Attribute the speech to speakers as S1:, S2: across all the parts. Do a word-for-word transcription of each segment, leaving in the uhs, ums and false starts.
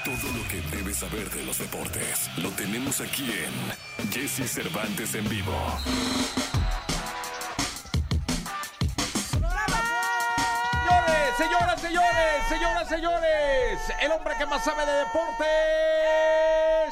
S1: Todo lo que debes saber de los deportes lo tenemos aquí en Jesse Cervantes en vivo.
S2: Señores, señoras, señores, señoras, señores, el hombre que más sabe de deportes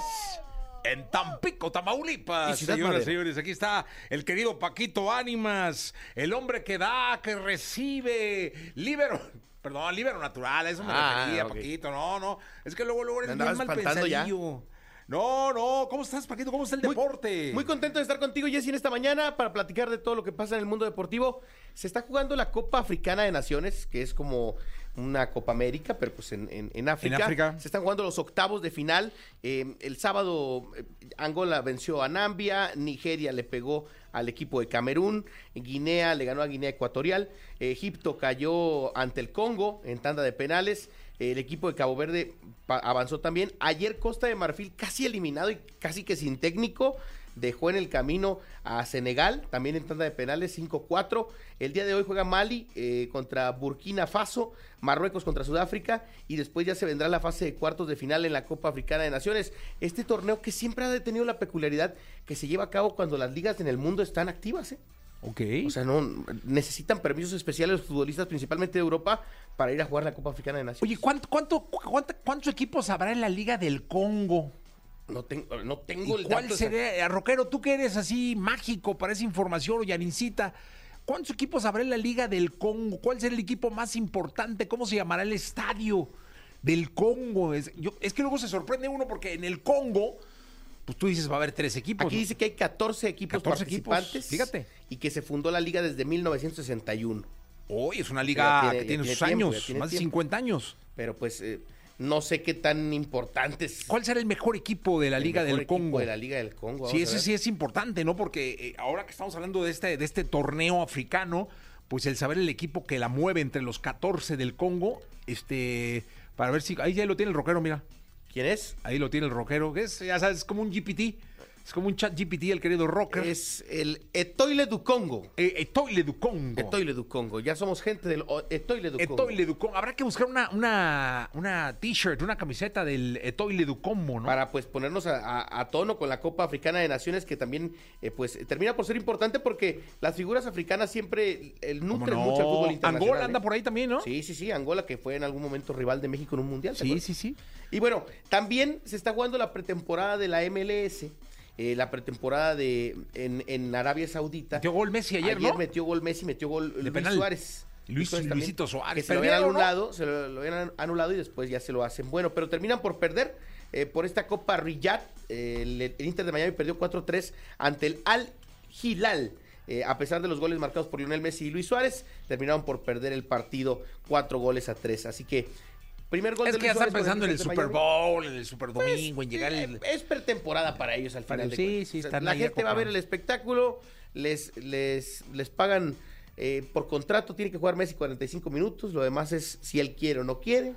S2: en Tampico, Tamaulipas. Señoras, señores, aquí está el querido Paquito Ánimas, el hombre que da, que recibe, líbero. Perdón, líbero natural, eso me
S3: Ah,
S2: refería,
S3: okay.
S2: Paquito. No, no, es que luego, luego eres
S3: ¿Me
S2: bien
S3: andabas
S2: mal
S3: espantando ya?
S2: pensadillo. No, no, ¿cómo estás, Paquito? ¿Cómo está el
S3: Muy-
S2: deporte?
S3: Muy contento de estar contigo, Jessy, en esta mañana para platicar de todo lo que pasa en el mundo deportivo. Se está jugando la Copa Africana de Naciones, que es como una Copa América, pero pues en, en, en África.
S2: En África.
S3: Se están jugando los octavos de final. Eh, el sábado eh, Angola venció a Nambia, Nigeria le pegó al equipo de Camerún, Guinea le ganó a Guinea Ecuatorial, eh, Egipto cayó ante el Congo en tanda de penales. El equipo de Cabo Verde pa- avanzó también. Ayer Costa de Marfil, casi eliminado y casi que sin técnico, dejó en el camino a Senegal, también en tanda de penales, cinco cuatro. El día de hoy juega Mali eh, contra Burkina Faso, Marruecos contra Sudáfrica, y después ya se vendrá la fase de cuartos de final en la Copa Africana de Naciones. Este torneo que siempre ha tenido la peculiaridad que se lleva a cabo cuando las ligas en el mundo están activas, ¿eh?
S2: Ok.
S3: O sea, no necesitan permisos especiales los futbolistas, principalmente de Europa, para ir a jugar la Copa Africana de Naciones.
S2: Oye, ¿cuánto, cuánto, cuánto- ¿cuántos equipos habrá en la Liga del Congo?
S3: No tengo, no tengo
S2: ¿Y
S3: el
S2: cuál
S3: dato, o sea,
S2: sería, Roquero, tú que eres así mágico para esa información, o Yanincita, ¿cuántos equipos habrá en la Liga del Congo? ¿Cuál será el equipo más importante? ¿Cómo se llamará el estadio del Congo? Es, yo, es que luego se sorprende uno porque en el Congo, pues tú dices va a haber tres equipos.
S3: Aquí
S2: ¿no?
S3: dice que hay catorce equipos
S2: catorce equipos,
S3: participantes.
S2: fíjate.
S3: Y que se fundó la liga desde mil novecientos sesenta y uno.
S2: Hoy es una
S3: Ya
S2: liga
S3: tiene-
S2: que
S3: ya
S2: tiene
S3: tiene
S2: sus
S3: tiempo,
S2: años,
S3: ya tiene
S2: más de
S3: tiempo.
S2: cincuenta años.
S3: Pero pues eh, no sé qué tan importantes.
S2: ¿Cuál será el mejor equipo de la
S3: el
S2: Liga
S3: mejor
S2: del
S3: equipo
S2: Congo?
S3: de la Liga del Congo.
S2: Sí,
S3: Vamos a
S2: ese
S3: ver.
S2: sí es importante, ¿no? Porque eh, ahora que estamos hablando de este, de este torneo africano, pues el saber el equipo que la mueve entre los catorce del Congo, este, para ver si, ahí ya lo tiene el rockero, mira,
S3: ¿Quién es?
S2: ahí lo tiene el rockero, que es, ya sabes, es como un G P T, es como un chat G P T, el querido rocker.
S3: Es el Etoile du Congo.
S2: Eh, Etoile du Congo.
S3: Etoile du Congo. Ya somos gente del o- Etoile du Congo.
S2: Etoile du Congo. Habrá que buscar una, una, una t-shirt, una camiseta del Etoile du Congo, ¿no?
S3: Para pues ponernos a, a- a tono con la Copa Africana de Naciones, que también eh, pues termina por ser importante porque las figuras africanas siempre eh,
S2: ¿Cómo
S3: nutren
S2: no?
S3: mucho al fútbol internacional.
S2: Angola anda
S3: ¿eh?
S2: por ahí también, ¿no?
S3: Sí, sí, sí, Angola, que fue en algún momento rival de México en un mundial. ¿te
S2: sí,
S3: acuerdas?
S2: sí, sí.
S3: Y bueno, también se está jugando la pretemporada de la M L S, eh, la pretemporada de en, en Arabia Saudita.
S2: Metió gol Messi ayer,
S3: Ayer
S2: ¿no?
S3: metió gol Messi, metió gol Luis
S2: penal.
S3: Suárez.
S2: Luis-
S3: Suárez también,
S2: Luisito Suárez.
S3: Que se lo habían
S2: Perdieron, ¿no?
S3: anulado, se lo, lo habían anulado y después ya se lo hacen bueno, pero terminan por perder eh, por esta Copa Riyadh. Eh, el, el Inter de Miami perdió cuatro tres ante el Al Hilal. Eh, a pesar de los goles marcados por Lionel Messi y Luis Suárez, terminaron por perder el partido cuatro goles a tres. Así que, primer gol
S2: Es
S3: de
S2: que ya
S3: Luis
S2: están
S3: Suárez con
S2: pensando en el
S3: Inter de
S2: Super
S3: Miami.
S2: Bowl, en el Super Domingo, en llegar el...
S3: Eh, Es pretemporada para ellos al
S2: Para-
S3: final de
S2: sí,
S3: cuentas.
S2: sí,
S3: O sea,
S2: están
S3: la
S2: ahí
S3: gente va a ver
S2: acoplando.
S3: el espectáculo, les, les, les pagan eh, por contrato, tiene que jugar Messi cuarenta y cinco minutos, lo demás es si él quiere o no quiere.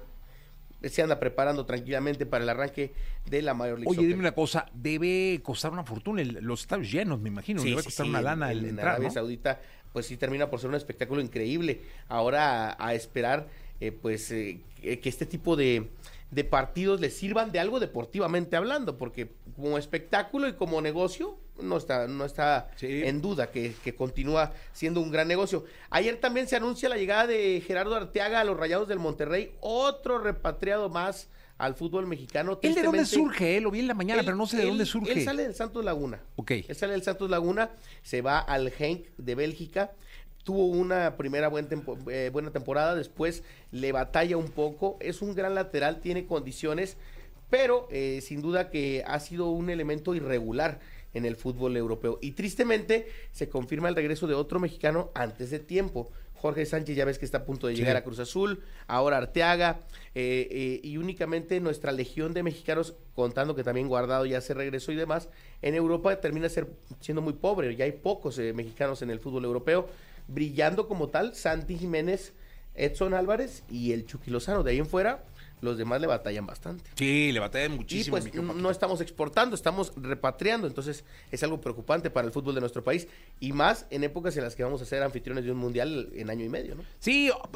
S3: Se anda preparando tranquilamente para el arranque de la Major League
S2: Oye,
S3: Soccer.
S2: dime una cosa, debe costar una fortuna, el- los estadios llenos, me imagino,
S3: Sí,
S2: debe
S3: sí,
S2: costar
S3: sí,
S2: una
S3: en-
S2: lana
S3: en,
S2: el
S3: en
S2: entrar,
S3: Arabia
S2: ¿no?
S3: Saudita, pues sí termina por ser un espectáculo increíble. Ahora a, a esperar, eh, pues, eh, que que este tipo de, de partidos les sirvan de algo deportivamente hablando, porque como espectáculo y como negocio no está, no está
S2: Sí.
S3: en duda que, que continúa siendo un gran negocio. Ayer también se anuncia la llegada de Gerardo Arteaga a los Rayados del Monterrey, otro repatriado más al fútbol mexicano.
S2: ¿Él de dónde
S3: Tristemente,
S2: surge? eh? Lo vi en la mañana,
S3: él-
S2: pero no sé de
S3: él-
S2: dónde surge.
S3: Él sale del Santos Laguna.
S2: Ok.
S3: Él sale del Santos Laguna, se va al Genk de Bélgica. Tuvo una primera buen tempo- eh, buena temporada, después le batalla un poco. Es un gran lateral, tiene condiciones, pero eh, sin duda que ha sido un elemento irregular en el fútbol europeo. Y tristemente se confirma el regreso de otro mexicano antes de tiempo. Jorge Sánchez ya ves que está a punto de
S2: Sí.
S3: llegar a Cruz Azul, ahora Arteaga, eh, eh, y únicamente nuestra legión de mexicanos, contando que también Guardado ya se regresó y demás, en Europa termina ser, siendo muy pobre, ya hay pocos eh, mexicanos en el fútbol europeo, brillando como tal, Santi Jiménez, Edson Álvarez y el Chucky Lozano. De ahí en fuera, los demás le batallan bastante.
S2: Sí, le batallan
S3: Y
S2: muchísimo.
S3: pues
S2: mi querido
S3: n-
S2: Paquito.
S3: no estamos exportando, estamos repatriando, entonces es algo preocupante para el fútbol de nuestro país y más en épocas en las que vamos a ser anfitriones de un mundial en año y medio, ¿no?
S2: Sí,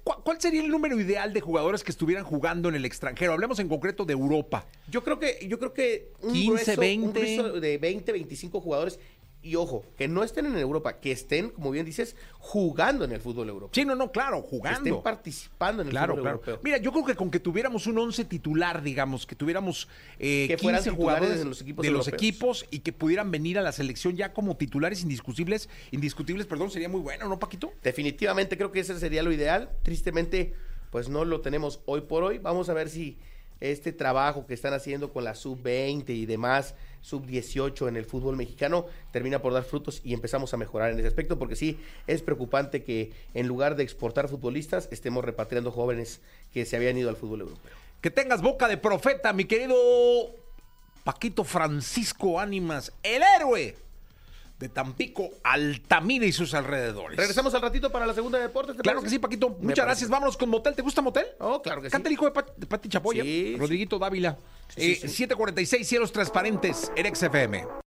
S2: ¿Cuál, ¿Cuál sería el número ideal de jugadores que estuvieran jugando en el extranjero? Hablemos en concreto de Europa.
S3: Yo creo que, yo creo que un
S2: quince,
S3: grueso,
S2: veinte.
S3: un grueso de veinte, veinticinco jugadores. Y ojo, que no estén en Europa, que estén, como bien dices, jugando en el fútbol europeo.
S2: Sí, no, no, claro,
S3: Que
S2: jugando.
S3: estén participando en el
S2: Claro,
S3: fútbol
S2: claro.
S3: europeo.
S2: Mira, yo creo que con que tuviéramos un once titular, digamos, que tuviéramos eh,
S3: Que fueran
S2: quince
S3: titulares
S2: jugadores
S3: en los equipos
S2: de los
S3: europeos.
S2: equipos y que pudieran venir a la selección ya como titulares indiscutibles, indiscutibles, perdón, sería muy bueno, ¿no, Paquito?
S3: Definitivamente creo que ese sería lo ideal. Tristemente, pues no lo tenemos hoy por hoy. Vamos a ver si este trabajo que están haciendo con la sub veinte y demás, sub dieciocho en el fútbol mexicano, termina por dar frutos y empezamos a mejorar en ese aspecto, porque sí, es preocupante que en lugar de exportar futbolistas, estemos repatriando jóvenes que se habían ido al fútbol europeo.
S2: Que tengas boca de profeta, mi querido Paquito Francisco Ánimas, el héroe de Tampico, Altamira y sus alrededores.
S3: Regresamos al ratito para la segunda de deportes. ¿te
S2: Claro
S3: parece?
S2: que sí, Paquito.
S3: Me
S2: Muchas
S3: parece.
S2: gracias. Vámonos con Motel. ¿Te gusta Motel?
S3: Oh, claro que sí.
S2: Canta el hijo de, Pat- de Pati Chapoya,
S3: Sí,
S2: Rodriguito Dávila.
S3: Sí,
S2: Eh,
S3: sí, sí.
S2: siete cuarenta y seis, Cielos Transparentes, en X F M.